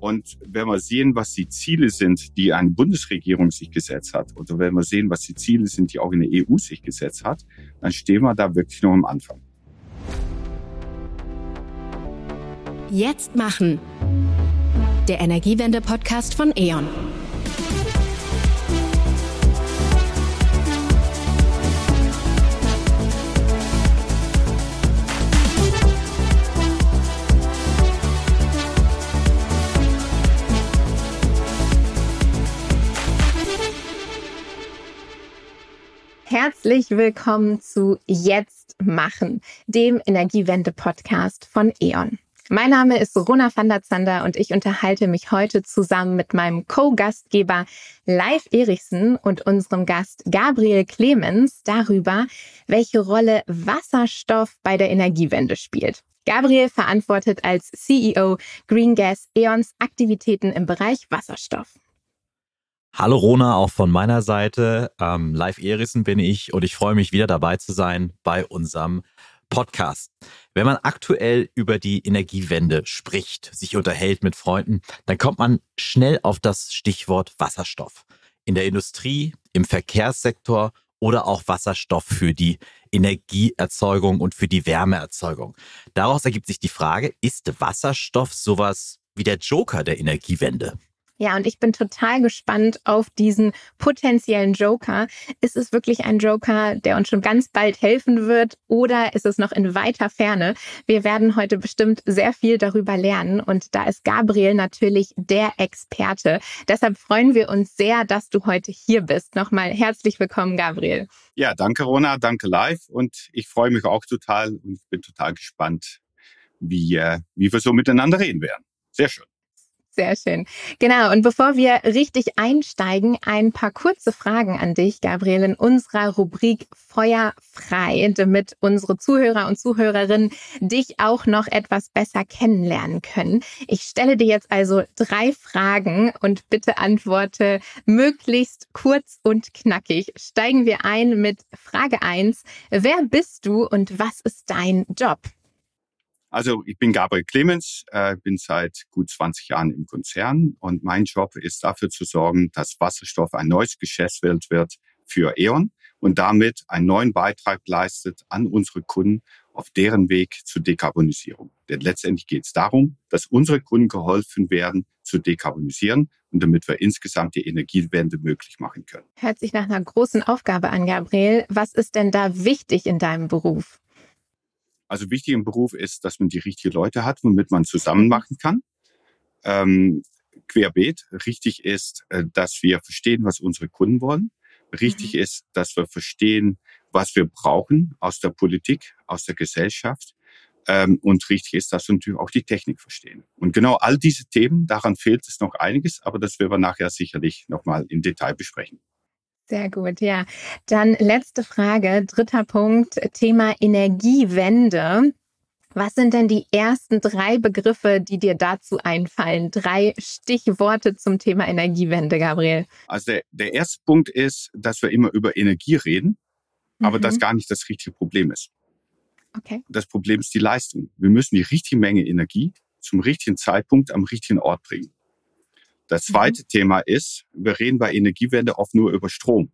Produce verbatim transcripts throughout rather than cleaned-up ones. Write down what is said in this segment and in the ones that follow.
Und wenn wir sehen, was die Ziele sind, die eine Bundesregierung sich gesetzt hat, oder wenn wir sehen, was die Ziele sind, die auch eine E U sich gesetzt hat, dann stehen wir da wirklich noch am Anfang. Jetzt machen. Der Energiewende-Podcast von E.ON. Herzlich willkommen zu Jetzt machen, dem Energiewende-Podcast von E.ON. Mein Name ist Rona van der Zander und ich unterhalte mich heute zusammen mit meinem Co-Gastgeber Leif Erichsen und unserem Gast Gabriel Clemens darüber, welche Rolle Wasserstoff bei der Energiewende spielt. Gabriel verantwortet als C E O Green Gas E.ONs Aktivitäten im Bereich Wasserstoff. Hallo Rona, auch von meiner Seite. Ähm, Leif Erichsen bin ich und ich freue mich, wieder dabei zu sein bei unserem Podcast. Wenn man aktuell über die Energiewende spricht, sich unterhält mit Freunden, dann kommt man schnell auf das Stichwort Wasserstoff. In der Industrie, im Verkehrssektor oder auch Wasserstoff für die Energieerzeugung und für die Wärmeerzeugung. Daraus ergibt sich die Frage, ist Wasserstoff sowas wie der Joker der Energiewende? Ja, und ich bin total gespannt auf diesen potenziellen Joker. Ist es wirklich ein Joker, der uns schon ganz bald helfen wird, oder ist es noch in weiter Ferne? Wir werden heute bestimmt sehr viel darüber lernen und da ist Gabriel natürlich der Experte. Deshalb freuen wir uns sehr, dass du heute hier bist. Nochmal herzlich willkommen, Gabriel. Ja, danke Rona, danke Leif und ich freue mich auch total und bin total gespannt, wie, äh, wie wir so miteinander reden werden. Sehr schön. Sehr schön. Genau, und bevor wir richtig einsteigen, ein paar kurze Fragen an dich, Gabriel, in unserer Rubrik Feuer frei, damit unsere Zuhörer und Zuhörerinnen dich auch noch etwas besser kennenlernen können. Ich stelle dir jetzt also drei Fragen und bitte antworte möglichst kurz und knackig. Steigen wir ein mit Frage eins. Wer bist du und was ist dein Job? Also ich bin Gabriel Clemens, äh, bin seit gut zwanzig Jahren im Konzern und mein Job ist dafür zu sorgen, dass Wasserstoff ein neues Geschäftsfeld wird für E.ON und damit einen neuen Beitrag leistet an unsere Kunden auf deren Weg zur Dekarbonisierung. Denn letztendlich geht es darum, dass unsere Kunden geholfen werden zu dekarbonisieren und damit wir insgesamt die Energiewende möglich machen können. Hört sich nach einer großen Aufgabe an, Gabriel. Was ist denn da wichtig in deinem Beruf? Also wichtig im Beruf ist, dass man die richtigen Leute hat, womit man zusammen machen kann. Ähm, querbeet. Richtig ist, äh, dass wir verstehen, was unsere Kunden wollen. Richtig mhm. ist, dass wir verstehen, was wir brauchen aus der Politik, aus der Gesellschaft. Ähm, und richtig ist, dass wir natürlich auch die Technik verstehen. Und genau all diese Themen, daran fehlt es noch einiges, aber das werden wir nachher sicherlich nochmal im Detail besprechen. Sehr gut, ja. Dann letzte Frage, dritter Punkt, Thema Energiewende. Was sind denn die ersten drei Begriffe, die dir dazu einfallen? Drei Stichworte zum Thema Energiewende, Gabriel. Also der, der erste Punkt ist, dass wir immer über Energie reden, mhm. aber das gar nicht das richtige Problem ist. Okay. Das Problem ist die Leistung. Wir müssen die richtige Menge Energie zum richtigen Zeitpunkt am richtigen Ort bringen. Das zweite mhm. Thema ist, wir reden bei Energiewende oft nur über Strom.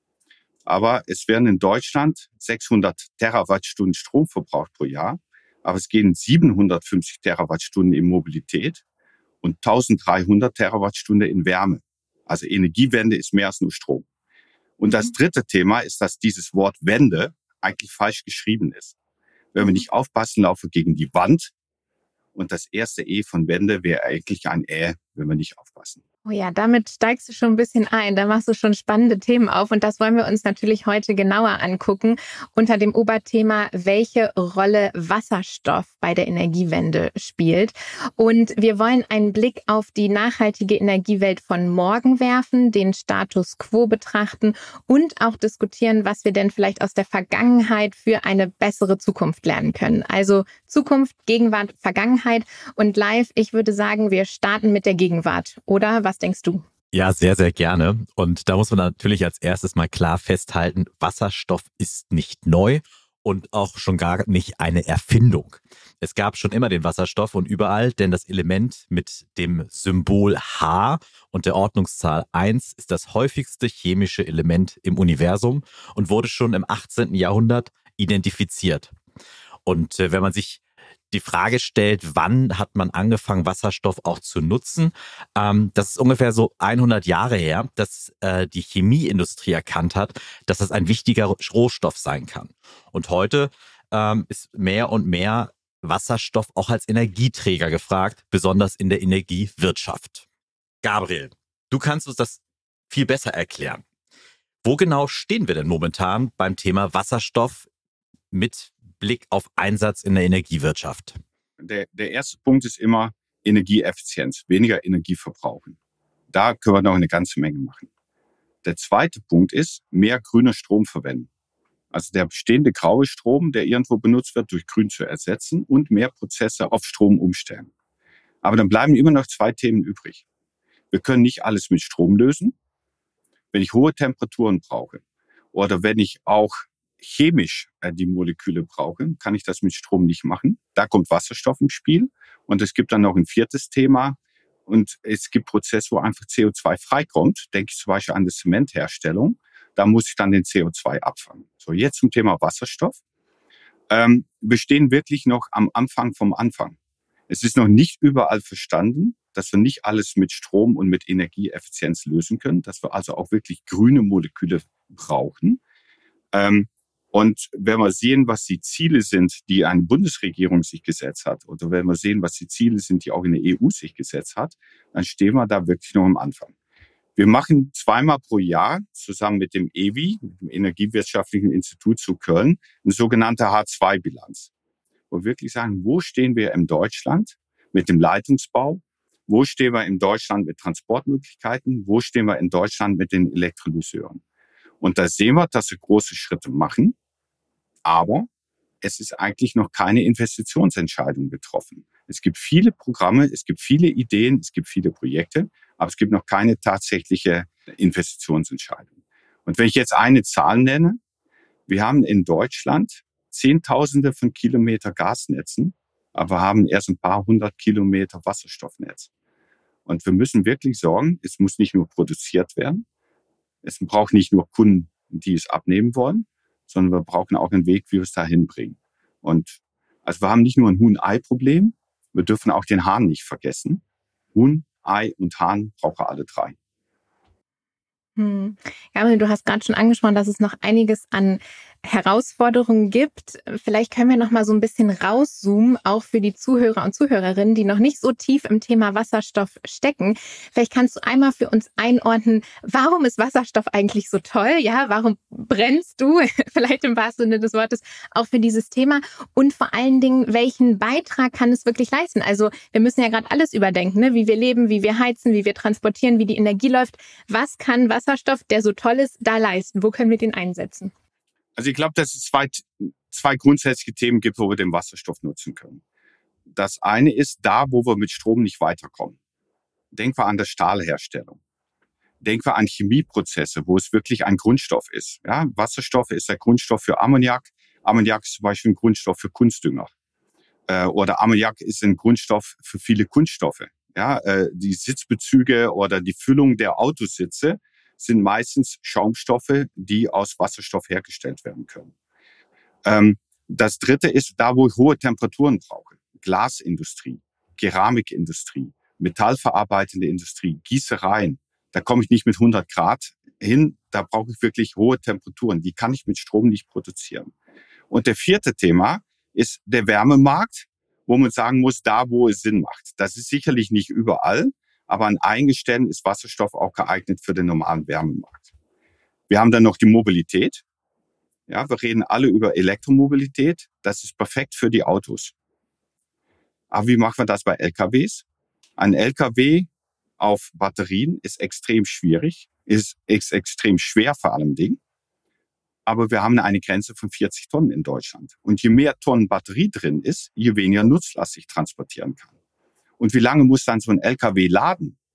Aber es werden in Deutschland sechshundert Terawattstunden Strom verbraucht pro Jahr. Aber es gehen siebenhundertfünfzig Terawattstunden in Mobilität und eintausenddreihundert Terawattstunden in Wärme. Also Energiewende ist mehr als nur Strom. Und das dritte Thema ist, dass dieses Wort Wende eigentlich falsch geschrieben ist. Wenn wir nicht aufpassen, laufen wir gegen die Wand. Und das erste E von Wende wäre eigentlich ein Ä, wenn wir nicht aufpassen. Oh ja, damit steigst du schon ein bisschen ein. Da machst du schon spannende Themen auf. Und das wollen wir uns natürlich heute genauer angucken unter dem Oberthema, welche Rolle Wasserstoff bei der Energiewende spielt. Und wir wollen einen Blick auf die nachhaltige Energiewelt von morgen werfen, den Status quo betrachten und auch diskutieren, was wir denn vielleicht aus der Vergangenheit für eine bessere Zukunft lernen können. Also Zukunft, Gegenwart, Vergangenheit. Und live, ich würde sagen, wir starten mit der Gegenwart, oder? Was denkst du? Ja, sehr, sehr gerne. Und da muss man natürlich als erstes mal klar festhalten, Wasserstoff ist nicht neu und auch schon gar nicht eine Erfindung. Es gab schon immer den Wasserstoff und überall, denn das Element mit dem Symbol H und der Ordnungszahl eins ist das häufigste chemische Element im Universum und wurde schon im achtzehnten Jahrhundert identifiziert. Und äh, wenn man sich die Frage stellt, wann hat man angefangen, Wasserstoff auch zu nutzen? Ähm, das ist ungefähr so hundert Jahre her, dass äh, die Chemieindustrie erkannt hat, dass das ein wichtiger Rohstoff sein kann. Und heute ähm, ist mehr und mehr Wasserstoff auch als Energieträger gefragt, besonders in der Energiewirtschaft. Gabriel, du kannst uns das viel besser erklären. Wo genau stehen wir denn momentan beim Thema Wasserstoff mit Blick auf Einsatz in der Energiewirtschaft? Der, der erste Punkt ist immer Energieeffizienz, weniger Energie verbrauchen. Da können wir noch eine ganze Menge machen. Der zweite Punkt ist, mehr grüner Strom verwenden. Also der bestehende graue Strom, der irgendwo benutzt wird, durch grün zu ersetzen und mehr Prozesse auf Strom umstellen. Aber dann bleiben immer noch zwei Themen übrig. Wir können nicht alles mit Strom lösen. Wenn ich hohe Temperaturen brauche oder wenn ich auch chemisch äh, die Moleküle brauche, kann ich das mit Strom nicht machen. Da kommt Wasserstoff ins Spiel. Und es gibt dann noch ein viertes Thema. Und es gibt Prozesse, wo einfach C O zwei freikommt. Denke ich zum Beispiel an die Zementherstellung. Da muss ich dann den C O zwei abfangen. So, jetzt zum Thema Wasserstoff. Ähm, wir stehen wirklich noch am Anfang vom Anfang. Es ist noch nicht überall verstanden, dass wir nicht alles mit Strom und mit Energieeffizienz lösen können, dass wir also auch wirklich grüne Moleküle brauchen. Ähm, und wenn wir sehen, was die Ziele sind, die eine Bundesregierung sich gesetzt hat, oder wenn wir sehen, was die Ziele sind, die auch eine E U sich gesetzt hat, dann stehen wir da wirklich noch am Anfang. Wir machen zweimal pro Jahr zusammen mit dem E W I, dem Energiewirtschaftlichen Institut zu Köln, eine sogenannte H zwei Bilanz. Wo wir wirklich sagen, wo stehen wir in Deutschland mit dem Leitungsbau? Wo stehen wir in Deutschland mit Transportmöglichkeiten? Wo stehen wir in Deutschland mit den Elektrolyseuren? Und da sehen wir, dass wir große Schritte machen, aber es ist eigentlich noch keine Investitionsentscheidung getroffen. Es gibt viele Programme, es gibt viele Ideen, es gibt viele Projekte, aber es gibt noch keine tatsächliche Investitionsentscheidung. Und wenn ich jetzt eine Zahl nenne, wir haben in Deutschland Zehntausende von Kilometer Gasnetzen, aber wir haben erst ein paar hundert Kilometer Wasserstoffnetz. Und wir müssen wirklich sorgen, es muss nicht nur produziert werden, es braucht nicht nur Kunden, die es abnehmen wollen, sondern wir brauchen auch einen Weg, wie wir es da hinbringen. Und also wir haben nicht nur ein Huhn-Ei-Problem, wir dürfen auch den Hahn nicht vergessen. Huhn, Ei und Hahn brauchen alle drei. Hm. Gabriel, du hast gerade schon angesprochen, dass es noch einiges an Herausforderungen gibt. Vielleicht können wir noch mal so ein bisschen rauszoomen, auch für die Zuhörer und Zuhörerinnen, die noch nicht so tief im Thema Wasserstoff stecken. Vielleicht kannst du einmal für uns einordnen, warum ist Wasserstoff eigentlich so toll? Ja, warum brennst du, vielleicht im wahrsten Sinne des Wortes, auch für dieses Thema? Und vor allen Dingen, welchen Beitrag kann es wirklich leisten? Also wir müssen ja gerade alles überdenken, ne? Wie wir leben, wie wir heizen, wie wir transportieren, wie die Energie läuft. Was kann Wasserstoff, der so toll ist, da leisten? Wo können wir den einsetzen? Also ich glaube, dass es zwei, zwei grundsätzliche Themen gibt, wo wir den Wasserstoff nutzen können. Das eine ist da, wo wir mit Strom nicht weiterkommen. Denken wir an der Stahlherstellung. Denken wir an Chemieprozesse, wo es wirklich ein Grundstoff ist. Ja, Wasserstoff ist der Grundstoff für Ammoniak. Ammoniak ist zum Beispiel ein Grundstoff für Kunstdünger. Äh, oder Ammoniak ist ein Grundstoff für viele Kunststoffe. Ja, äh, die Sitzbezüge oder die Füllung der Autositze sind meistens Schaumstoffe, die aus Wasserstoff hergestellt werden können. Ähm, das dritte ist da, wo ich hohe Temperaturen brauche. Glasindustrie, Keramikindustrie, metallverarbeitende Industrie, Gießereien. Da komme ich nicht mit hundert Grad hin, da brauche ich wirklich hohe Temperaturen. Die kann ich mit Strom nicht produzieren. Und der vierte Thema ist der Wärmemarkt, wo man sagen muss, da, wo es Sinn macht. Das ist sicherlich nicht überall, aber an einigen Stellen ist Wasserstoff auch geeignet für den normalen Wärmemarkt. Wir haben dann noch die Mobilität. Ja, wir reden alle über Elektromobilität. Das ist perfekt für die Autos. Aber wie machen wir das bei L K Ws? Ein L K W auf Batterien ist extrem schwierig, ist, ist extrem schwer vor allem Ding. Aber wir haben eine Grenze von vierzig Tonnen in Deutschland. Und je mehr Tonnen Batterie drin ist, je weniger Nutzlast ich transportieren kann. Und wie lange muss dann so ein L K W laden?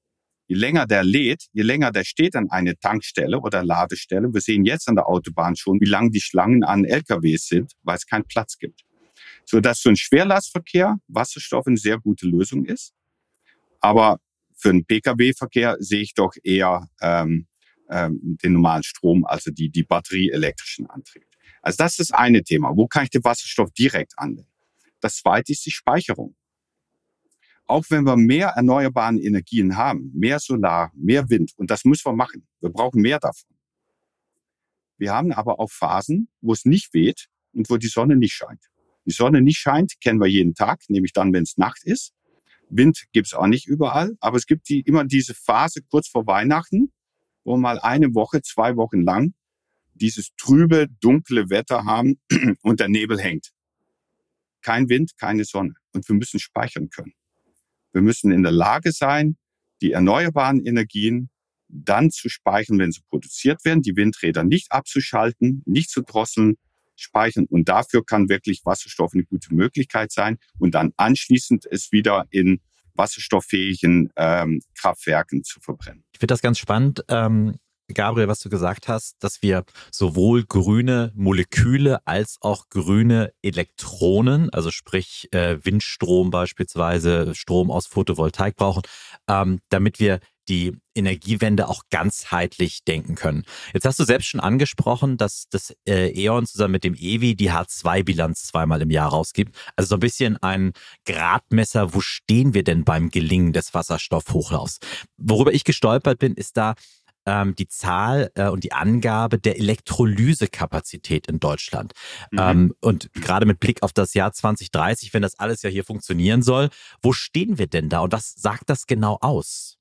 Je länger der lädt, je länger der steht an einer Tankstelle oder Ladestelle. Wir sehen jetzt an der Autobahn schon, wie lang die Schlangen an L K Ws sind, weil es keinen Platz gibt. So dass für einen Schwerlastverkehr Wasserstoff eine sehr gute Lösung ist. Aber für den P K W-Verkehr sehe ich doch eher ähm, ähm, den normalen Strom, also die, die batterieelektrischen Antriebe. Also das ist das eine Thema. Wo kann ich den Wasserstoff direkt anwenden? Das zweite ist die Speicherung. Auch wenn wir mehr erneuerbare Energien haben, mehr Solar, mehr Wind, und das müssen wir machen. Wir brauchen mehr davon. Wir haben aber auch Phasen, wo es nicht weht und wo die Sonne nicht scheint. Die Sonne nicht scheint, kennen wir jeden Tag, nämlich dann, wenn es Nacht ist. Wind gibt es auch nicht überall, aber es gibt die, immer diese Phase kurz vor Weihnachten, wo wir mal eine Woche, zwei Wochen lang dieses trübe, dunkle Wetter haben und der Nebel hängt. Kein Wind, keine Sonne. Und wir müssen speichern können. Wir müssen in der Lage sein, die erneuerbaren Energien dann zu speichern, wenn sie produziert werden, die Windräder nicht abzuschalten, nicht zu drosseln, speichern. Und dafür kann wirklich Wasserstoff eine gute Möglichkeit sein und dann anschließend es wieder in wasserstofffähigen ähm, Kraftwerken zu verbrennen. Ich finde das ganz spannend, ähm, Gabriel, was du gesagt hast, dass wir sowohl grüne Moleküle als auch grüne Elektronen, also sprich äh, Windstrom beispielsweise, Strom aus Photovoltaik brauchen, ähm, damit wir die Energiewende auch ganzheitlich denken können. Jetzt hast du selbst schon angesprochen, dass das äh, E.ON zusammen mit dem E W I die H zwei Bilanz zweimal im Jahr rausgibt. Also so ein bisschen ein Gradmesser, wo stehen wir denn beim Gelingen des Wasserstoffhochlaufs? Worüber ich gestolpert bin, ist da ähm, die Zahl äh, und die Angabe der Elektrolysekapazität in Deutschland. Mhm. Ähm, und gerade mit Blick auf das Jahr zwanzig dreißig, wenn das alles ja hier funktionieren soll, wo stehen wir denn da und was sagt das genau aus?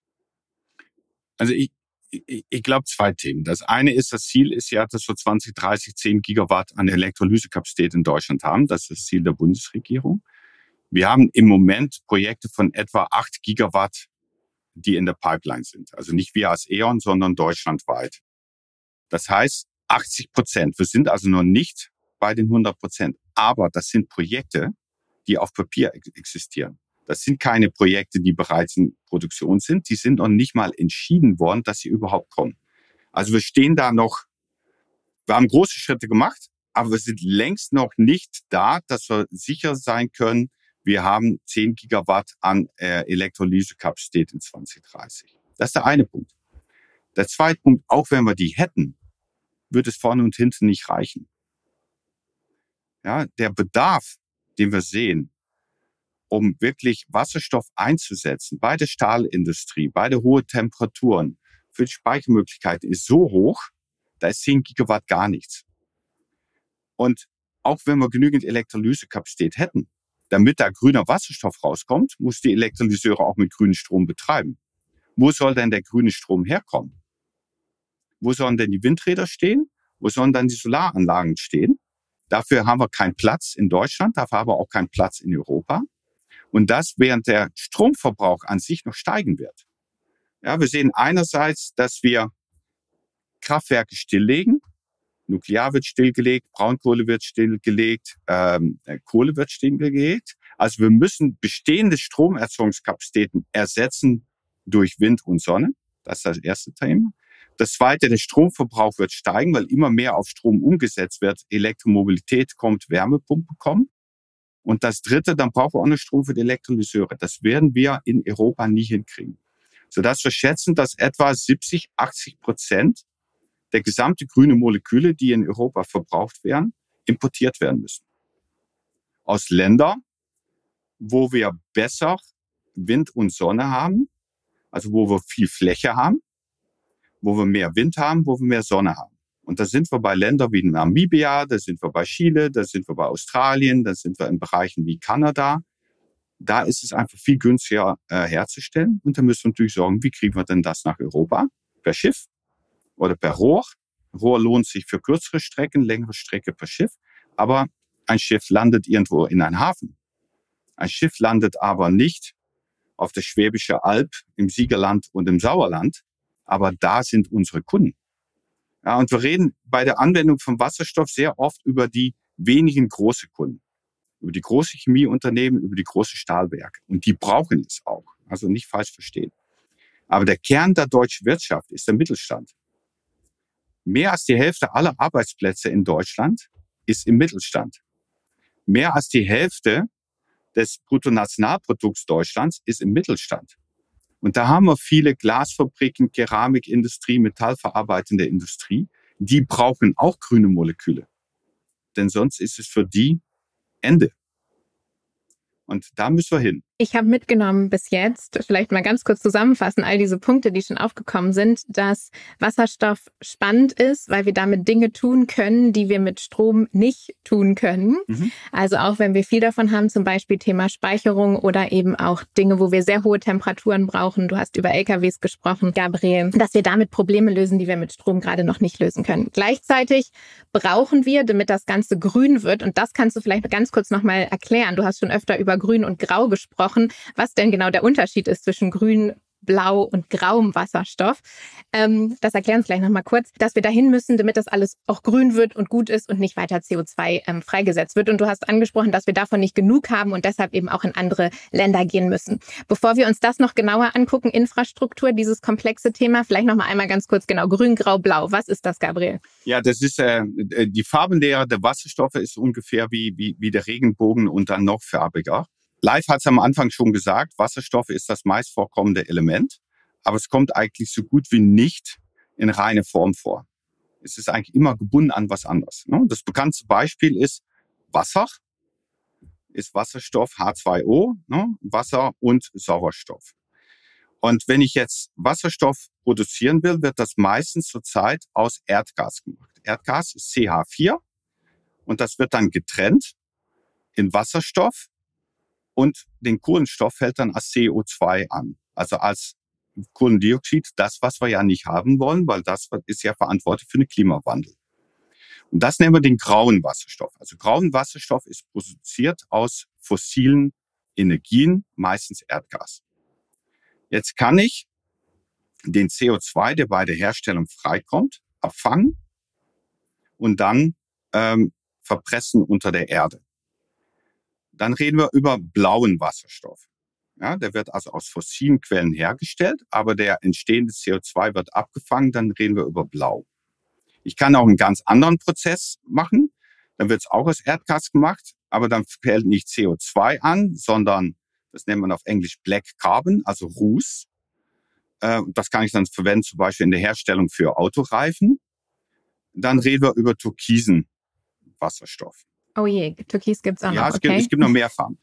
Also ich, ich, ich glaube zwei Themen. Das eine ist, das Ziel ist ja, dass wir zwanzig dreißig zehn Gigawatt an Elektrolysekapazität in Deutschland haben. Das ist das Ziel der Bundesregierung. Wir haben im Moment Projekte von etwa acht Gigawatt, die in der Pipeline sind. Also nicht wir als E.ON, sondern deutschlandweit. Das heißt achtzig Prozent. Wir sind also noch nicht bei den hundert Prozent. Aber das sind Projekte, die auf Papier existieren. Das sind keine Projekte, die bereits in Produktion sind. Die sind noch nicht mal entschieden worden, dass sie überhaupt kommen. Also wir stehen da noch, wir haben große Schritte gemacht, aber wir sind längst noch nicht da, dass wir sicher sein können, wir haben zehn Gigawatt an äh, Elektrolysekapazität in zwanzig dreißig. Das ist der eine Punkt. Der zweite Punkt, auch wenn wir die hätten, wird es vorne und hinten nicht reichen. Ja, der Bedarf, den wir sehen, um wirklich Wasserstoff einzusetzen, bei der Stahlindustrie, bei der hohen Temperaturen, für die Speichermöglichkeiten ist so hoch, da ist zehn Gigawatt gar nichts. Und auch wenn wir genügend Elektrolysekapazität hätten, damit da grüner Wasserstoff rauskommt, muss die Elektrolyseure auch mit grünem Strom betreiben. Wo soll denn der grüne Strom herkommen? Wo sollen denn die Windräder stehen? Wo sollen dann die Solaranlagen stehen? Dafür haben wir keinen Platz in Deutschland, dafür haben wir auch keinen Platz in Europa. Und das, während der Stromverbrauch an sich noch steigen wird. Ja, wir sehen einerseits, dass wir Kraftwerke stilllegen. Nuklear wird stillgelegt, Braunkohle wird stillgelegt, ähm, Kohle wird stillgelegt. Also wir müssen bestehende Stromerzeugungskapazitäten ersetzen durch Wind und Sonne. Das ist das erste Thema. Das zweite, der Stromverbrauch wird steigen, weil immer mehr auf Strom umgesetzt wird. Elektromobilität kommt, Wärmepumpe kommt. Und das dritte, dann brauchen wir auch noch Strom für die Elektrolyseure. Das werden wir in Europa nie hinkriegen. Sodass wir schätzen, dass etwa siebzig, achtzig Prozent der gesamte grüne Moleküle, die in Europa verbraucht werden, importiert werden müssen. Aus Ländern, wo wir besser Wind und Sonne haben, also wo wir viel Fläche haben, wo wir mehr Wind haben, wo wir mehr Sonne haben. Und da sind wir bei Ländern wie Namibia, da sind wir bei Chile, da sind wir bei Australien, da sind wir in Bereichen wie Kanada. Da ist es einfach viel günstiger äh, herzustellen. Und da müssen wir natürlich sorgen, wie kriegen wir denn das nach Europa? Per Schiff oder per Rohr. Rohr lohnt sich für kürzere Strecken, längere Strecke per Schiff. Aber ein Schiff landet irgendwo in einem Hafen. Ein Schiff landet aber nicht auf der Schwäbische Alb, im Siegerland und im Sauerland. Aber da sind unsere Kunden. Ja, und wir reden bei der Anwendung von Wasserstoff sehr oft über die wenigen großen Kunden. Über die großen Chemieunternehmen, über die großen Stahlwerke. Und die brauchen es auch. Also nicht falsch verstehen. Aber der Kern der deutschen Wirtschaft ist der Mittelstand. Mehr als die Hälfte aller Arbeitsplätze in Deutschland ist im Mittelstand. Mehr als die Hälfte des Bruttonationalprodukts Deutschlands ist im Mittelstand. Und da haben wir viele Glasfabriken, Keramikindustrie, metallverarbeitende Industrie. Die brauchen auch grüne Moleküle. Denn sonst ist es für die Ende. Und da müssen wir hin. Ich habe mitgenommen bis jetzt, vielleicht mal ganz kurz zusammenfassen, all diese Punkte, die schon aufgekommen sind, dass Wasserstoff spannend ist, weil wir damit Dinge tun können, die wir mit Strom nicht tun können. Mhm. Also auch wenn wir viel davon haben, zum Beispiel Thema Speicherung oder eben auch Dinge, wo wir sehr hohe Temperaturen brauchen. Du hast über L K Ws gesprochen, Gabriel, dass wir damit Probleme lösen, die wir mit Strom gerade noch nicht lösen können. Gleichzeitig brauchen wir, damit das Ganze grün wird, und das kannst du vielleicht ganz kurz nochmal erklären. Du hast schon öfter über Grün und Grau gesprochen, was denn genau der Unterschied ist zwischen grün, blau und grauem Wasserstoff. Ähm, das erklären wir vielleicht nochmal kurz, dass wir dahin müssen, damit das alles auch grün wird und gut ist und nicht weiter C O zwei ähm, freigesetzt wird. Und du hast angesprochen, dass wir davon nicht genug haben und deshalb eben auch in andere Länder gehen müssen. Bevor wir uns das noch genauer angucken, Infrastruktur, dieses komplexe Thema, vielleicht nochmal einmal ganz kurz, genau, grün, grau, blau. Was ist das, Gabriel? Ja, das ist äh, die Farbenlehre der Wasserstoffe ist ungefähr wie, wie, wie der Regenbogen und dann noch farbiger. Live hat es am Anfang schon gesagt, Wasserstoff ist das meist vorkommende Element, aber es kommt eigentlich so gut wie nicht in reine Form vor. Es ist eigentlich immer gebunden an was anderes. Das bekannteste Beispiel ist Wasser, ist Wasserstoff H zwei O, Wasser und Sauerstoff. Und wenn ich jetzt Wasserstoff produzieren will, wird das meistens zurzeit aus Erdgas gemacht. Erdgas ist C H vier und das wird dann getrennt in Wasserstoff. Und den Kohlenstoff fällt dann als C O zwei an, also als Kohlendioxid, das, was wir ja nicht haben wollen, weil das ist ja verantwortlich für den Klimawandel. Und das nennen wir den grauen Wasserstoff. Also grauen Wasserstoff ist produziert aus fossilen Energien, meistens Erdgas. Jetzt kann ich den C O zwei, der bei der Herstellung freikommt, abfangen und dann ähm, verpressen unter der Erde. Dann reden wir über blauen Wasserstoff. Ja, der wird also aus fossilen Quellen hergestellt, aber der entstehende C O zwei wird abgefangen, dann reden wir über blau. Ich kann auch einen ganz anderen Prozess machen, dann wird es auch aus Erdgas gemacht, aber dann fällt nicht C O zwei an, sondern, das nennt man auf Englisch Black Carbon, also Ruß. Äh, das kann ich dann verwenden, zum Beispiel in der Herstellung für Autoreifen. Dann reden wir über türkisen Wasserstoff. Oh je, Türkis gibt's auch ja, noch, es gibt, okay. es gibt noch mehr Farben.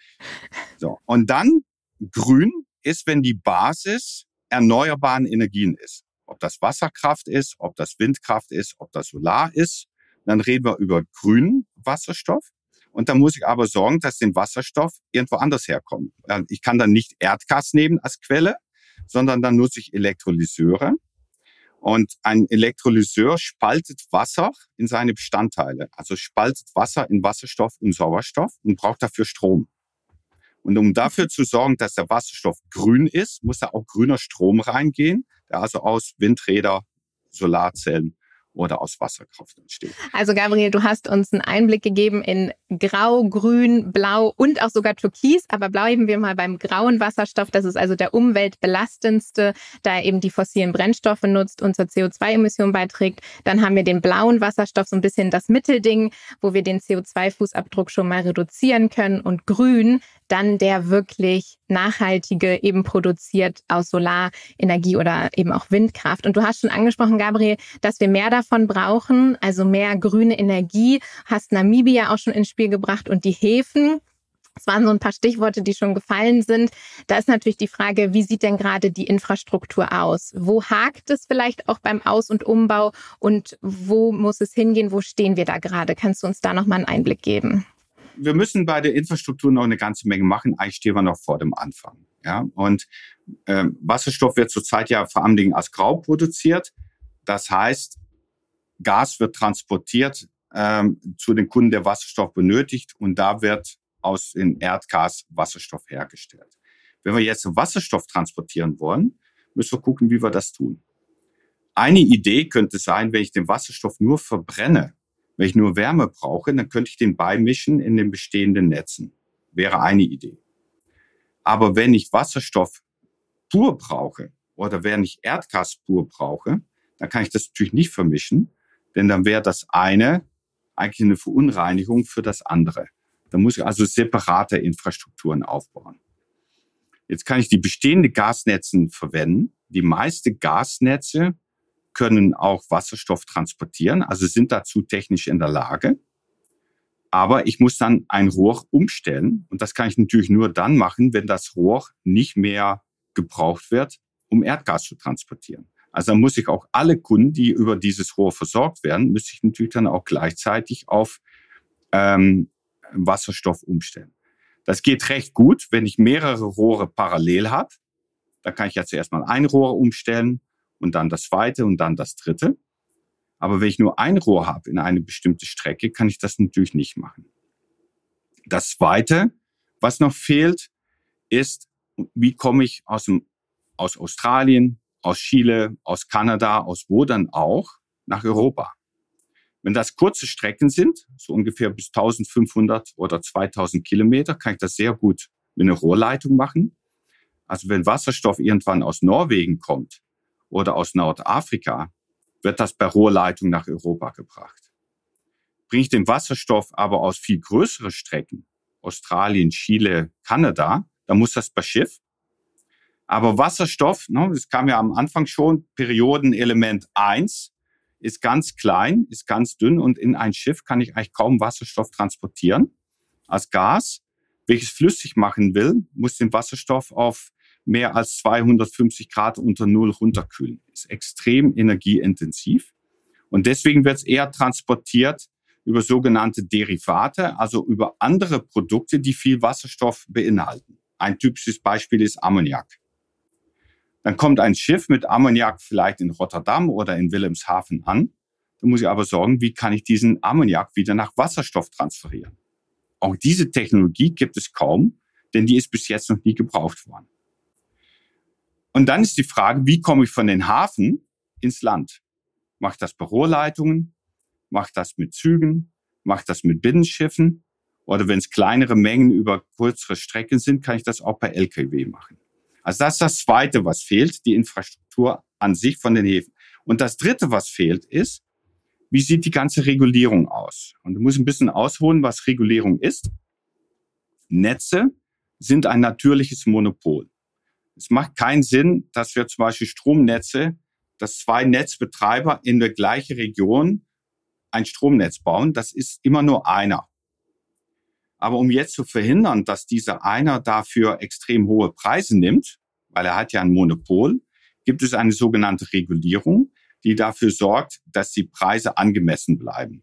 So, und dann grün ist, wenn die Basis erneuerbaren Energien ist. Ob das Wasserkraft ist, ob das Windkraft ist, ob das Solar ist. Dann reden wir über grünen Wasserstoff. Und dann muss ich aber sorgen, dass den Wasserstoff irgendwo anders herkommt. Ich kann dann nicht Erdgas nehmen als Quelle, sondern dann nutze ich Elektrolyseure. Und ein Elektrolyseur spaltet Wasser in seine Bestandteile. Also spaltet Wasser in Wasserstoff und Sauerstoff und braucht dafür Strom. Und um dafür zu sorgen, dass der Wasserstoff grün ist, muss da auch grüner Strom reingehen, der also aus Windräder, Solarzellen oder aus Wasserkraft entsteht. Also Gabriel, du hast uns einen Einblick gegeben in Grau, Grün, Blau und auch sogar Türkis. Aber bleiben wir mal beim grauen Wasserstoff. Das ist also der umweltbelastendste, da er eben die fossilen Brennstoffe nutzt und zur C O zwei Emission beiträgt. Dann haben wir den blauen Wasserstoff, so ein bisschen das Mittelding, wo wir den C O zwei Fußabdruck schon mal reduzieren können. Und grün, dann der wirklich nachhaltige, eben produziert aus Solarenergie oder eben auch Windkraft. Und du hast schon angesprochen, Gabriel, dass wir mehr davon brauchen, also mehr grüne Energie. Hast Namibia auch schon ins Spiel gebracht und die Häfen. Das waren so ein paar Stichworte, die schon gefallen sind. Da ist natürlich die Frage, wie sieht denn gerade die Infrastruktur aus? Wo hakt es vielleicht auch beim Aus- und Umbau und wo muss es hingehen? Wo stehen wir da gerade? Kannst du uns da nochmal einen Einblick geben? Wir müssen bei der Infrastruktur noch eine ganze Menge machen. Eigentlich stehen wir noch vor dem Anfang. Ja? Und äh, Wasserstoff wird zurzeit ja vor allen Dingen als Grau produziert. Das heißt, Gas wird transportiert ähm, zu den Kunden, der Wasserstoff benötigt. Und da wird aus dem Erdgas Wasserstoff hergestellt. Wenn wir jetzt Wasserstoff transportieren wollen, müssen wir gucken, wie wir das tun. Eine Idee könnte sein, wenn ich den Wasserstoff nur verbrenne, wenn ich nur Wärme brauche, dann könnte ich den beimischen in den bestehenden Netzen. Wäre eine Idee. Aber wenn ich Wasserstoff pur brauche oder wenn ich Erdgas pur brauche, dann kann ich das natürlich nicht vermischen, denn dann wäre das eine eigentlich eine Verunreinigung für das andere. Da muss ich also separate Infrastrukturen aufbauen. Jetzt kann ich die bestehenden Gasnetze verwenden. Die meisten Gasnetze können auch Wasserstoff transportieren, also sind dazu technisch in der Lage. Aber ich muss dann ein Rohr umstellen. Und das kann ich natürlich nur dann machen, wenn das Rohr nicht mehr gebraucht wird, um Erdgas zu transportieren. Also dann muss ich auch alle Kunden, die über dieses Rohr versorgt werden, müsste ich natürlich dann auch gleichzeitig auf ähm, Wasserstoff umstellen. Das geht recht gut, wenn ich mehrere Rohre parallel habe. Da kann ich ja zuerst mal ein Rohr umstellen und dann das zweite und dann das dritte. Aber wenn ich nur ein Rohr habe in eine bestimmte Strecke, kann ich das natürlich nicht machen. Das Zweite, was noch fehlt, ist, wie komme ich aus, dem, aus Australien, aus Chile, aus Kanada, aus wo dann auch, nach Europa. Wenn das kurze Strecken sind, so ungefähr bis eintausendfünfhundert oder zweitausend Kilometer, kann ich das sehr gut mit einer Rohrleitung machen. Also wenn Wasserstoff irgendwann aus Norwegen kommt oder aus Nordafrika, wird das per Rohrleitung nach Europa gebracht. Bringe ich den Wasserstoff aber aus viel größeren Strecken, Australien, Chile, Kanada, dann muss das per Schiff. Aber Wasserstoff, ne, das kam ja am Anfang schon, Periodenelement eins, ist ganz klein, ist ganz dünn und in ein Schiff kann ich eigentlich kaum Wasserstoff transportieren. Als Gas, welches flüssig machen will, muss den Wasserstoff auf mehr als zweihundertfünfzig Grad unter Null runterkühlen. Ist extrem energieintensiv. Und deswegen wird es eher transportiert über sogenannte Derivate, also über andere Produkte, die viel Wasserstoff beinhalten. Ein typisches Beispiel ist Ammoniak. Dann kommt ein Schiff mit Ammoniak vielleicht in Rotterdam oder in Wilhelmshaven an. Da muss ich aber sorgen, wie kann ich diesen Ammoniak wieder nach Wasserstoff transferieren. Auch diese Technologie gibt es kaum, denn die ist bis jetzt noch nie gebraucht worden. Und dann ist die Frage, wie komme ich von den Hafen ins Land? Mache ich das per Rohrleitungen? Mache ich das mit Zügen? Mache ich das mit Binnenschiffen? Oder wenn es kleinere Mengen über kürzere Strecken sind, kann ich das auch per L K W machen. Also das ist das Zweite, was fehlt, die Infrastruktur an sich von den Häfen. Und das Dritte, was fehlt, ist, wie sieht die ganze Regulierung aus? Und du musst ein bisschen ausholen, was Regulierung ist. Netze sind ein natürliches Monopol. Es macht keinen Sinn, dass wir zum Beispiel Stromnetze, dass zwei Netzbetreiber in der gleichen Region ein Stromnetz bauen. Das ist immer nur einer. Aber um jetzt zu verhindern, dass dieser einer dafür extrem hohe Preise nimmt, weil er hat ja ein Monopol, gibt es eine sogenannte Regulierung, die dafür sorgt, dass die Preise angemessen bleiben.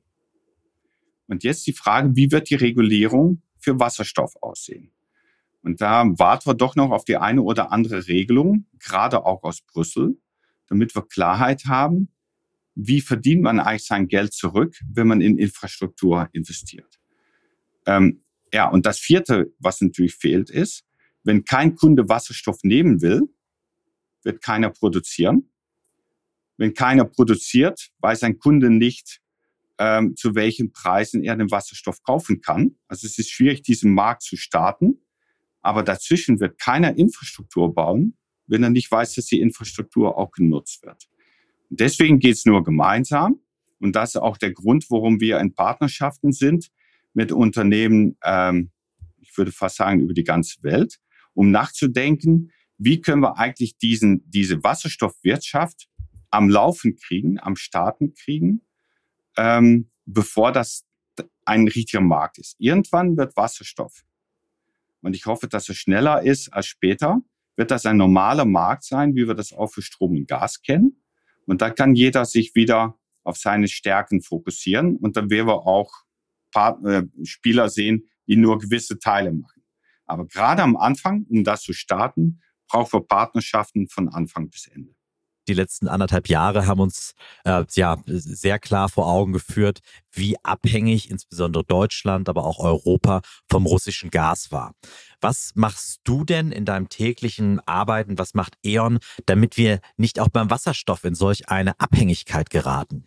Und jetzt die Frage, wie wird die Regulierung für Wasserstoff aussehen? Und da warten wir doch noch auf die eine oder andere Regelung, gerade auch aus Brüssel, damit wir Klarheit haben, wie verdient man eigentlich sein Geld zurück, wenn man in Infrastruktur investiert. Ähm, ja, und das Vierte, was natürlich fehlt, ist, wenn kein Kunde Wasserstoff nehmen will, wird keiner produzieren. Wenn keiner produziert, weiß ein Kunde nicht, ähm, zu welchen Preisen er den Wasserstoff kaufen kann. Also es ist schwierig, diesen Markt zu starten. Aber dazwischen wird keiner Infrastruktur bauen, wenn er nicht weiß, dass die Infrastruktur auch genutzt wird. Und deswegen geht es nur gemeinsam. Und das ist auch der Grund, warum wir in Partnerschaften sind mit Unternehmen, ähm, ich würde fast sagen, über die ganze Welt, um nachzudenken, wie können wir eigentlich diesen, diese Wasserstoffwirtschaft am Laufen kriegen, am Starten kriegen, ähm, bevor das ein richtiger Markt ist. Irgendwann wird Wasserstoff, und ich hoffe, dass es schneller ist als später, wird das ein normaler Markt sein, wie wir das auch für Strom und Gas kennen. Und da kann jeder sich wieder auf seine Stärken fokussieren. Und dann werden wir auch Partner, Spieler sehen, die nur gewisse Teile machen. Aber gerade am Anfang, um das zu starten, brauchen wir Partnerschaften von Anfang bis Ende. Die letzten anderthalb Jahre haben uns äh, ja sehr klar vor Augen geführt, wie abhängig insbesondere Deutschland, aber auch Europa vom russischen Gas war. Was machst du denn in deinem täglichen Arbeiten, was macht E.ON, damit wir nicht auch beim Wasserstoff in solch eine Abhängigkeit geraten?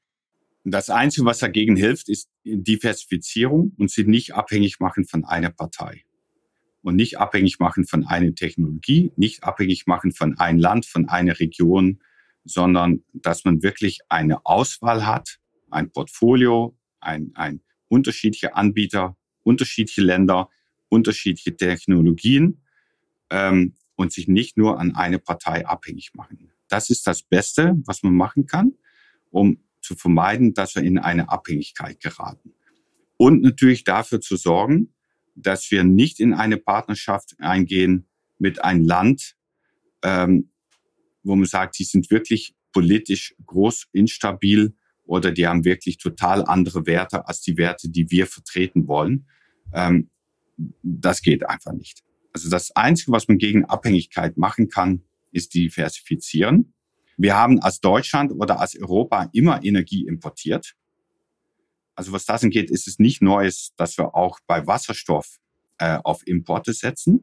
Das Einzige, was dagegen hilft, ist Diversifizierung und sie nicht abhängig machen von einer Partei. und nicht abhängig machen von einer Technologie, nicht abhängig machen von einem Land, von einer Region, sondern dass man wirklich eine Auswahl hat, ein Portfolio, ein, ein unterschiedliche Anbieter, unterschiedliche Länder, unterschiedliche Technologien ähm, und sich nicht nur an eine Partei abhängig machen. Das ist das Beste, was man machen kann, um zu vermeiden, dass wir in eine Abhängigkeit geraten. Und natürlich dafür zu sorgen, dass wir nicht in eine Partnerschaft eingehen mit einem Land, ähm, wo man sagt, die sind wirklich politisch groß instabil oder die haben wirklich total andere Werte als die Werte, die wir vertreten wollen. Ähm, das geht einfach nicht. Also das Einzige, was man gegen Abhängigkeit machen kann, ist diversifizieren. Wir haben als Deutschland oder als Europa immer Energie importiert. Also was das angeht, ist es nicht Neues, dass wir auch bei Wasserstoff äh, auf Importe setzen.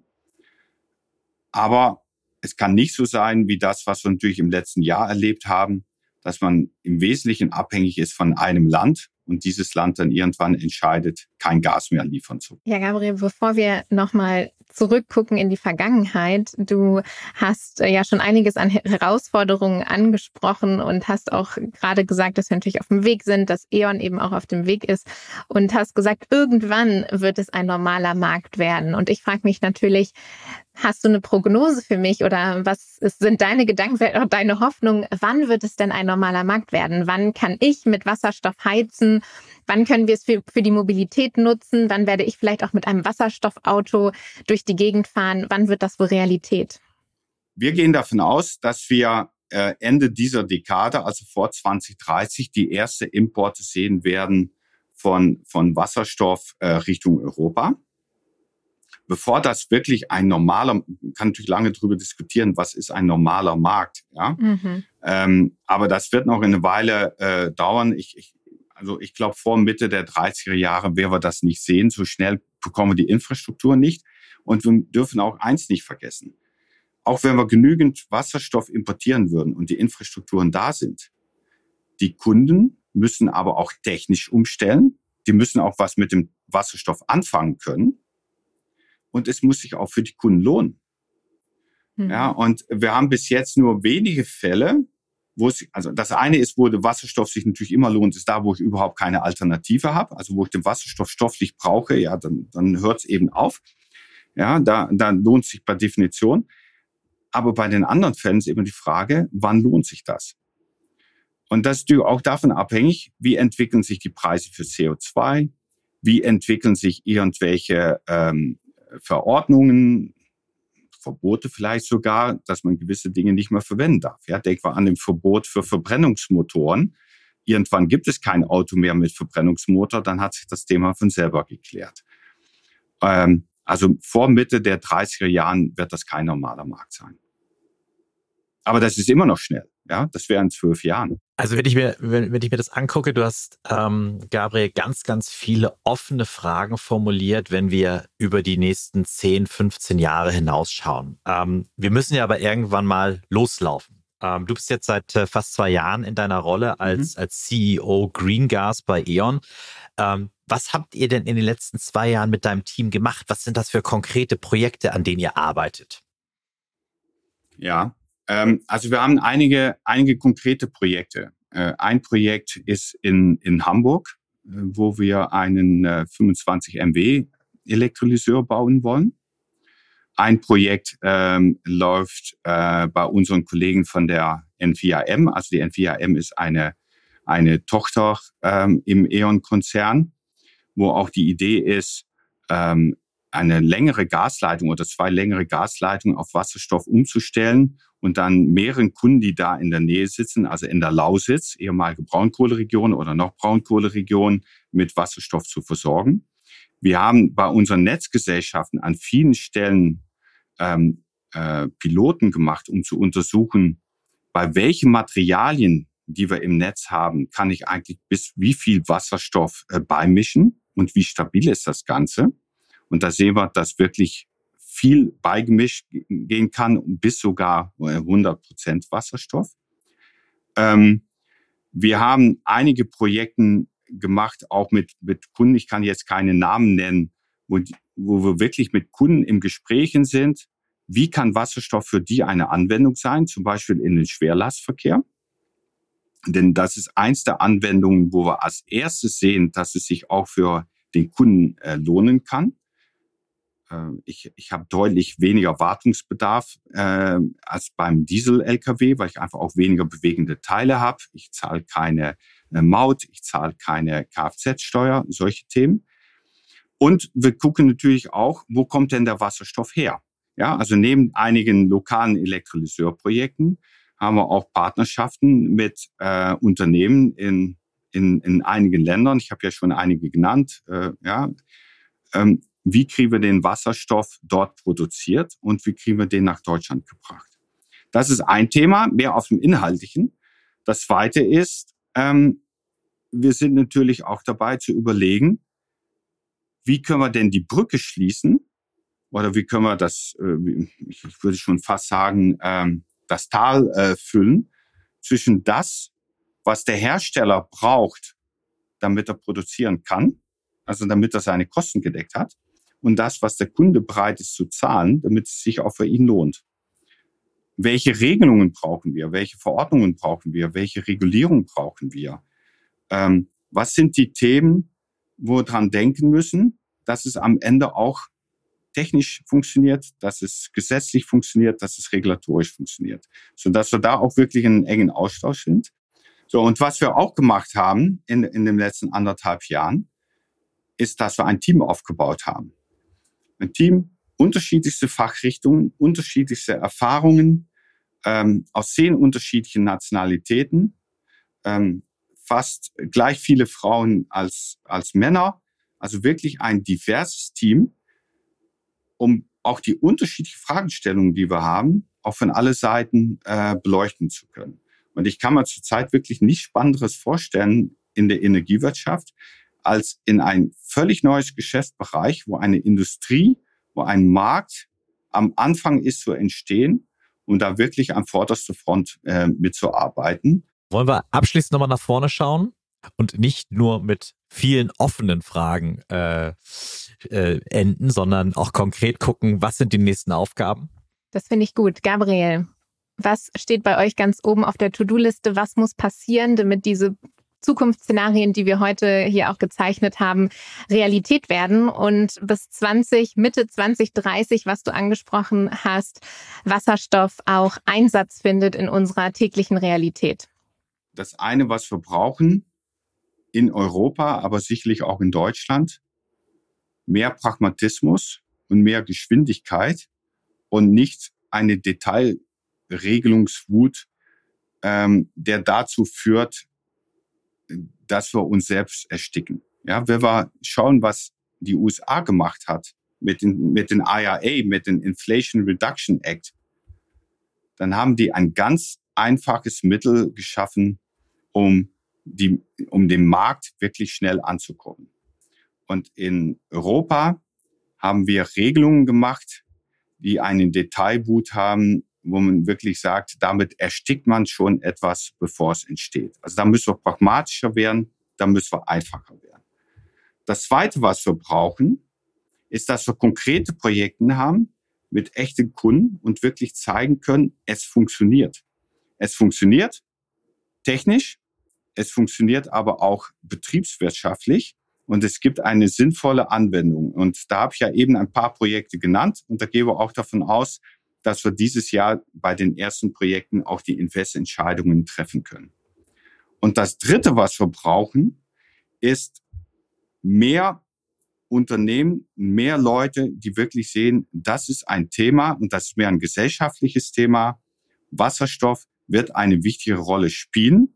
Aber es kann nicht so sein wie das, was wir natürlich im letzten Jahr erlebt haben, dass man im Wesentlichen abhängig ist von einem Land und dieses Land dann irgendwann entscheidet, kein Gas mehr liefern zu. Ja, Gabriel, bevor wir nochmal zurückgucken in die Vergangenheit, du hast ja schon einiges an Herausforderungen angesprochen und hast auch gerade gesagt, dass wir natürlich auf dem Weg sind, dass E.ON eben auch auf dem Weg ist und hast gesagt, irgendwann wird es ein normaler Markt werden. Und ich frage mich natürlich, hast du eine Prognose für mich oder was sind deine Gedanken, vielleicht auch deine Hoffnung, wann wird es denn ein normaler Markt werden? Wann kann ich mit Wasserstoff heizen? Wann können wir es für, für die Mobilität nutzen? Wann werde ich vielleicht auch mit einem Wasserstoffauto durch die Gegend fahren? Wann wird das wohl Realität? Wir gehen davon aus, dass wir äh, Ende dieser Dekade, also vor zwanzig dreißig, die erste Importe sehen werden von, von Wasserstoff äh, Richtung Europa. Bevor das wirklich ein normaler, man kann natürlich lange darüber diskutieren, was ist ein normaler Markt, ja. Mhm. Ähm, aber das wird noch eine Weile äh, dauern. Ich, ich, also ich glaube, vor Mitte der dreißiger Jahre werden wir das nicht sehen. So schnell bekommen wir die Infrastruktur nicht. Und wir dürfen auch eins nicht vergessen. Auch wenn wir genügend Wasserstoff importieren würden und die Infrastrukturen da sind, die Kunden müssen aber auch technisch umstellen. Die müssen auch was mit dem Wasserstoff anfangen können. Und es muss sich auch für die Kunden lohnen. Mhm. Ja, und wir haben bis jetzt nur wenige Fälle, wo es, also das eine ist, wo der Wasserstoff sich natürlich immer lohnt, ist da, wo ich überhaupt keine Alternative habe. Also wo ich den Wasserstoff stofflich brauche, ja, dann, dann hört es eben auf. Ja, da, da lohnt sich per Definition. Aber bei den anderen Fällen ist eben die Frage, wann lohnt sich das? Und das ist auch davon abhängig, wie entwickeln sich die Preise für C O zwei, wie entwickeln sich irgendwelche ähm, Verordnungen, Verbote vielleicht sogar, dass man gewisse Dinge nicht mehr verwenden darf. Ja, denken wir an dem Verbot für Verbrennungsmotoren. Irgendwann gibt es kein Auto mehr mit Verbrennungsmotor, dann hat sich das Thema von selber geklärt. Ähm, also vor Mitte der dreißiger Jahren wird das kein normaler Markt sein. Aber das ist immer noch schnell. Ja, das wäre in zwölf Jahren. Also wenn ich mir, wenn, wenn ich mir das angucke, du hast, ähm, Gabriel, ganz, ganz viele offene Fragen formuliert, wenn wir über die nächsten zehn, fünfzehn Jahre hinausschauen. Ähm, wir müssen ja aber irgendwann mal loslaufen. Ähm, du bist jetzt seit äh, fast zwei Jahren in deiner Rolle als, mhm. als C E O Green Gas bei E.ON. Ähm, was habt ihr denn in den letzten zwei Jahren mit deinem Team gemacht? Was sind das für konkrete Projekte, an denen ihr arbeitet? Ja, also wir haben einige, einige konkrete Projekte. Ein Projekt ist in, in Hamburg, wo wir einen fünfundzwanzig Megawatt Elektrolyseur bauen wollen. Ein Projekt ähm, läuft äh, bei unseren Kollegen von der N V I M. Also die N V I M ist eine, eine Tochter ähm, im E.ON-Konzern, wo auch die Idee ist, ähm, eine längere Gasleitung oder zwei längere Gasleitungen auf Wasserstoff umzustellen und dann mehreren Kunden, die da in der Nähe sitzen, also in der Lausitz, ehemalige Braunkohleregion oder noch Braunkohleregion, mit Wasserstoff zu versorgen. Wir haben bei unseren Netzgesellschaften an vielen Stellen ähm, äh, Piloten gemacht, um zu untersuchen, bei welchen Materialien, die wir im Netz haben, kann ich eigentlich bis wie viel Wasserstoff äh, beimischen und wie stabil ist das Ganze. Und da sehen wir, dass wirklich viel beigemischt gehen kann, bis sogar hundert Prozent Wasserstoff. Ähm, wir haben einige Projekte gemacht, auch mit, mit Kunden, ich kann jetzt keine Namen nennen, wo die, wo wir wirklich mit Kunden im Gesprächen sind, wie kann Wasserstoff für die eine Anwendung sein, zum Beispiel in den Schwerlastverkehr. Denn das ist eins der Anwendungen, wo wir als erstes sehen, dass es sich auch für den Kunden äh, lohnen kann. Äh, ich ich habe deutlich weniger Wartungsbedarf äh, als beim Diesel-L K W, weil ich einfach auch weniger bewegende Teile habe. Ich zahle keine äh, Maut, ich zahle keine Kfz-Steuer, solche Themen. Und wir gucken natürlich auch, wo kommt denn der Wasserstoff her? Ja, also neben einigen lokalen Elektrolyseurprojekten haben wir auch Partnerschaften mit äh, Unternehmen in, in, in einigen Ländern. Ich habe ja schon einige genannt. Äh, ja, ähm, wie kriegen wir den Wasserstoff dort produziert und wie kriegen wir den nach Deutschland gebracht? Das ist ein Thema, mehr auf dem Inhaltlichen. Das Zweite ist, ähm, wir sind natürlich auch dabei zu überlegen, wie können wir denn die Brücke schließen oder wie können wir das, äh, ich würde schon fast sagen, ähm, das Tal äh, füllen zwischen das, was der Hersteller braucht, damit er produzieren kann, also damit er seine Kosten gedeckt hat, und das, was der Kunde bereit ist zu zahlen, damit es sich auch für ihn lohnt. Welche Regelungen brauchen wir? Welche Verordnungen brauchen wir? Welche Regulierung brauchen wir? Ähm, was sind die Themen, wo wir dran denken müssen, dass es am Ende auch technisch funktioniert, dass es gesetzlich funktioniert, dass es regulatorisch funktioniert, sodass wir da auch wirklich in einem engen Austausch sind. So, und was wir auch gemacht haben in, in den letzten anderthalb Jahren, ist, dass wir ein Team aufgebaut haben. Ein Team, unterschiedlichste Fachrichtungen, unterschiedlichste Erfahrungen, ähm, aus zehn unterschiedlichen Nationalitäten, ähm, fast gleich viele Frauen als, als Männer, also wirklich ein diverses Team, um auch die unterschiedlichen Fragestellungen, die wir haben, auch von alle Seiten äh, beleuchten zu können. Und ich kann mir zurzeit wirklich nichts Spannenderes vorstellen in der Energiewirtschaft, als in ein völlig neues Geschäftsbereich, wo eine Industrie, wo ein Markt am Anfang ist zu entstehen und da wirklich an vorderster Front äh, mitzuarbeiten. Wollen wir abschließend nochmal nach vorne schauen und nicht nur mit vielen offenen Fragen äh, äh, enden, sondern auch konkret gucken, was sind die nächsten Aufgaben? Das finde ich gut. Gabriel, was steht bei euch ganz oben auf der To-Do-Liste? Was muss passieren, damit diese Zukunftsszenarien, die wir heute hier auch gezeichnet haben, Realität werden und bis zwanzig, Mitte zwanzig dreißig, was du angesprochen hast, Wasserstoff auch Einsatz findet in unserer täglichen Realität? Das eine, was wir brauchen in Europa, aber sicherlich auch in Deutschland, mehr Pragmatismus und mehr Geschwindigkeit und nicht eine Detailregelungswut, ähm, der dazu führt, dass wir uns selbst ersticken. Ja, wenn wir schauen, was die U S A gemacht hat mit den, mit den I R A, mit den Inflation Reduction Act, dann haben die ein ganz einfaches Mittel geschaffen, um die, um den Markt wirklich schnell anzukommen. Und in Europa haben wir Regelungen gemacht, die einen Detailwut haben, wo man wirklich sagt, damit erstickt man schon etwas, bevor es entsteht. Also da müssen wir pragmatischer werden, da müssen wir einfacher werden. Das Zweite, was wir brauchen, ist, dass wir konkrete Projekte haben mit echten Kunden und wirklich zeigen können, es funktioniert. Es funktioniert technisch, es funktioniert aber auch betriebswirtschaftlich und es gibt eine sinnvolle Anwendung. Und da habe ich ja eben ein paar Projekte genannt und da gehen wir auch davon aus, dass wir dieses Jahr bei den ersten Projekten auch die Investentscheidungen treffen können. Und das Dritte, was wir brauchen, ist mehr Unternehmen, mehr Leute, die wirklich sehen, das ist ein Thema und das ist mehr ein gesellschaftliches Thema. Wasserstoff wird eine wichtige Rolle spielen,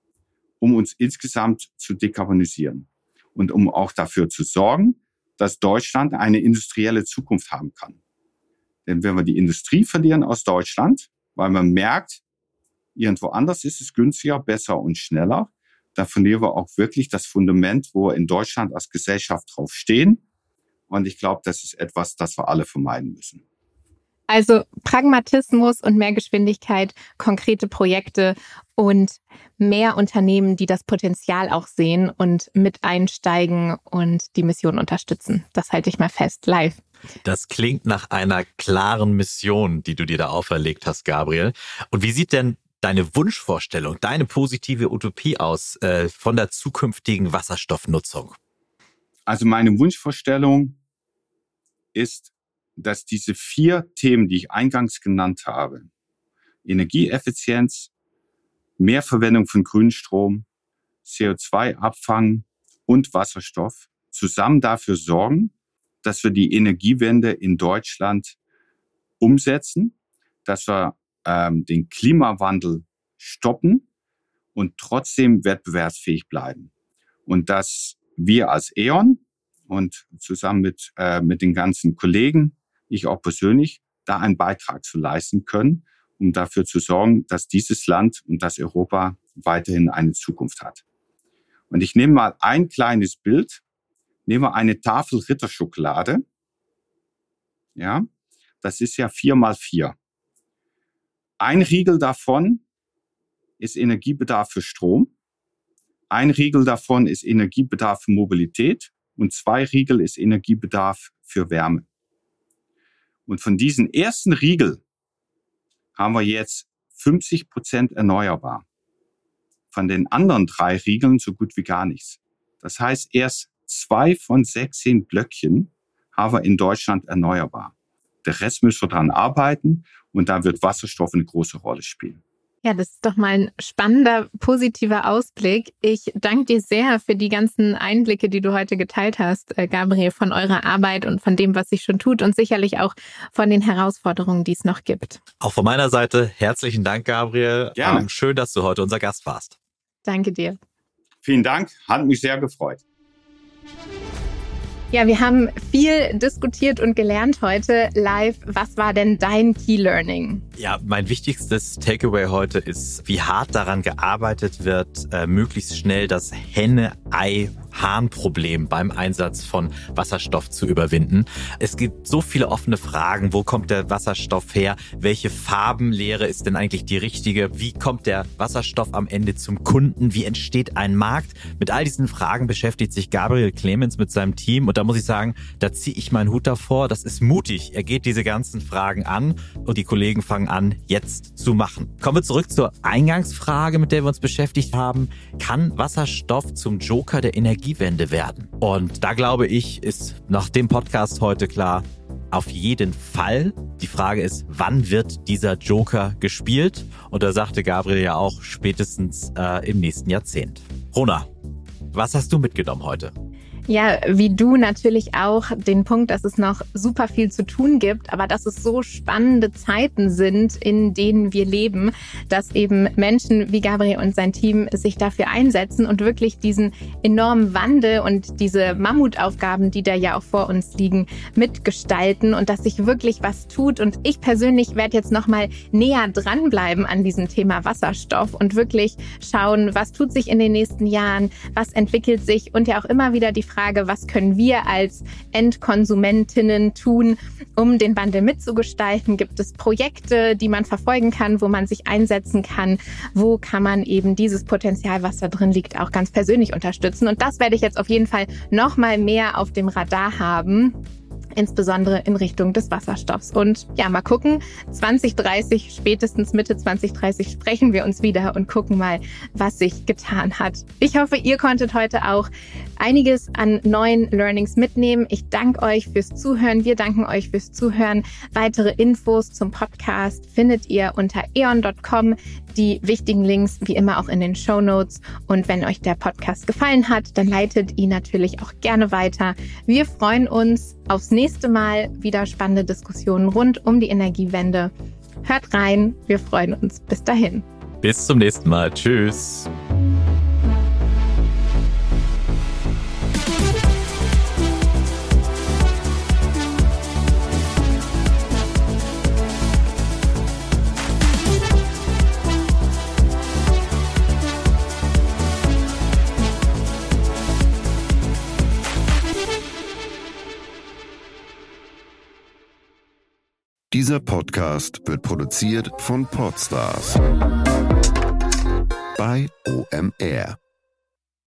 um uns insgesamt zu dekarbonisieren und um auch dafür zu sorgen, dass Deutschland eine industrielle Zukunft haben kann. Denn wenn wir die Industrie verlieren aus Deutschland, weil man merkt, irgendwo anders ist es günstiger, besser und schneller, dann verlieren wir auch wirklich das Fundament, wo wir in Deutschland als Gesellschaft drauf stehen. Und ich glaube, das ist etwas, das wir alle vermeiden müssen. Also Pragmatismus und mehr Geschwindigkeit, konkrete Projekte und mehr Unternehmen, die das Potenzial auch sehen und mit einsteigen und die Mission unterstützen. Das halte ich mal fest, live. Das klingt nach einer klaren Mission, die du dir da auferlegt hast, Gabriel. Und wie sieht denn deine Wunschvorstellung, deine positive Utopie aus äh, von der zukünftigen Wasserstoffnutzung? Also meine Wunschvorstellung ist, dass diese vier Themen, die ich eingangs genannt habe, Energieeffizienz, Mehrverwendung von Grünstrom, C O zwei Abfang und Wasserstoff, zusammen dafür sorgen, dass wir die Energiewende in Deutschland umsetzen, dass wir ähm, den Klimawandel stoppen und trotzdem wettbewerbsfähig bleiben. Und dass wir als E.ON und zusammen mit, äh, mit den ganzen Kollegen, ich auch persönlich, da einen Beitrag zu leisten können, um dafür zu sorgen, dass dieses Land und das Europa weiterhin eine Zukunft hat. Und ich nehme mal ein kleines Bild, nehme eine Tafel Ritterschokolade. Ja, das ist ja vier mal vier. Ein Riegel davon ist Energiebedarf für Strom. Ein Riegel davon ist Energiebedarf für Mobilität und zwei Riegel ist Energiebedarf für Wärme. Und von diesen ersten Riegel haben wir jetzt fünfzig Prozent erneuerbar. Von den anderen drei Riegeln so gut wie gar nichts. Das heißt, erst zwei von sechzehn Blöckchen haben wir in Deutschland erneuerbar. Der Rest müssen wir dran arbeiten und da wird Wasserstoff eine große Rolle spielen. Ja, das ist doch mal ein spannender, positiver Ausblick. Ich danke dir sehr für die ganzen Einblicke, die du heute geteilt hast, Gabriel, von eurer Arbeit und von dem, was sich schon tut und sicherlich auch von den Herausforderungen, die es noch gibt. Auch von meiner Seite herzlichen Dank, Gabriel. Gerne. Ähm, schön, dass du heute unser Gast warst. Danke dir. Vielen Dank, hat mich sehr gefreut. Ja, wir haben viel diskutiert und gelernt heute live. Was war denn dein Key Learning? Ja, mein wichtigstes Takeaway heute ist, wie hart daran gearbeitet wird, äh, möglichst schnell das Henne-Ei-Hahn-Problem beim Einsatz von Wasserstoff zu überwinden. Es gibt so viele offene Fragen. Wo kommt der Wasserstoff her? Welche Farbenlehre ist denn eigentlich die richtige? Wie kommt der Wasserstoff am Ende zum Kunden? Wie entsteht ein Markt? Mit all diesen Fragen beschäftigt sich Gabriel Clemens mit seinem Team. Und da muss ich sagen, da ziehe ich meinen Hut davor. Das ist mutig. Er geht diese ganzen Fragen an und die Kollegen fangen an, jetzt zu machen. Kommen wir zurück zur Eingangsfrage, mit der wir uns beschäftigt haben. Kann Wasserstoff zum Joker der Energiewende werden? Und da glaube ich, ist nach dem Podcast heute klar, auf jeden Fall. Die Frage ist, wann wird dieser Joker gespielt? Und da sagte Gabriel ja auch spätestens äh, im nächsten Jahrzehnt. Rona, was hast du mitgenommen heute? Ja, wie du natürlich auch den Punkt, dass es noch super viel zu tun gibt, aber dass es so spannende Zeiten sind, in denen wir leben, dass eben Menschen wie Gabriel und sein Team sich dafür einsetzen und wirklich diesen enormen Wandel und diese Mammutaufgaben, die da ja auch vor uns liegen, mitgestalten und dass sich wirklich was tut. Und ich persönlich werde jetzt nochmal näher dranbleiben an diesem Thema Wasserstoff und wirklich schauen, was tut sich in den nächsten Jahren, was entwickelt sich und ja auch immer wieder die Frage, was können wir als Endkonsumentinnen tun, um den Wandel mitzugestalten? Gibt es Projekte, die man verfolgen kann, wo man sich einsetzen kann? Wo kann man eben dieses Potenzial, was da drin liegt, auch ganz persönlich unterstützen? Und das werde ich jetzt auf jeden Fall noch mal mehr auf dem Radar haben. Insbesondere in Richtung des Wasserstoffs. Und ja, mal gucken, zwanzig dreißig, spätestens Mitte zwanzig dreißig sprechen wir uns wieder und gucken mal, was sich getan hat. Ich hoffe, ihr konntet heute auch einiges an neuen Learnings mitnehmen. Ich danke euch fürs Zuhören. Wir danken euch fürs Zuhören. Weitere Infos zum Podcast findet ihr unter eon punkt com. Die wichtigen Links wie immer auch in den Shownotes. Und wenn euch der Podcast gefallen hat, dann leitet ihn natürlich auch gerne weiter. Wir freuen uns aufs nächste Mal. Wieder spannende Diskussionen rund um die Energiewende. Hört rein. Wir freuen uns. Bis dahin. Bis zum nächsten Mal. Tschüss. Dieser Podcast wird produziert von Podstars bei O M R.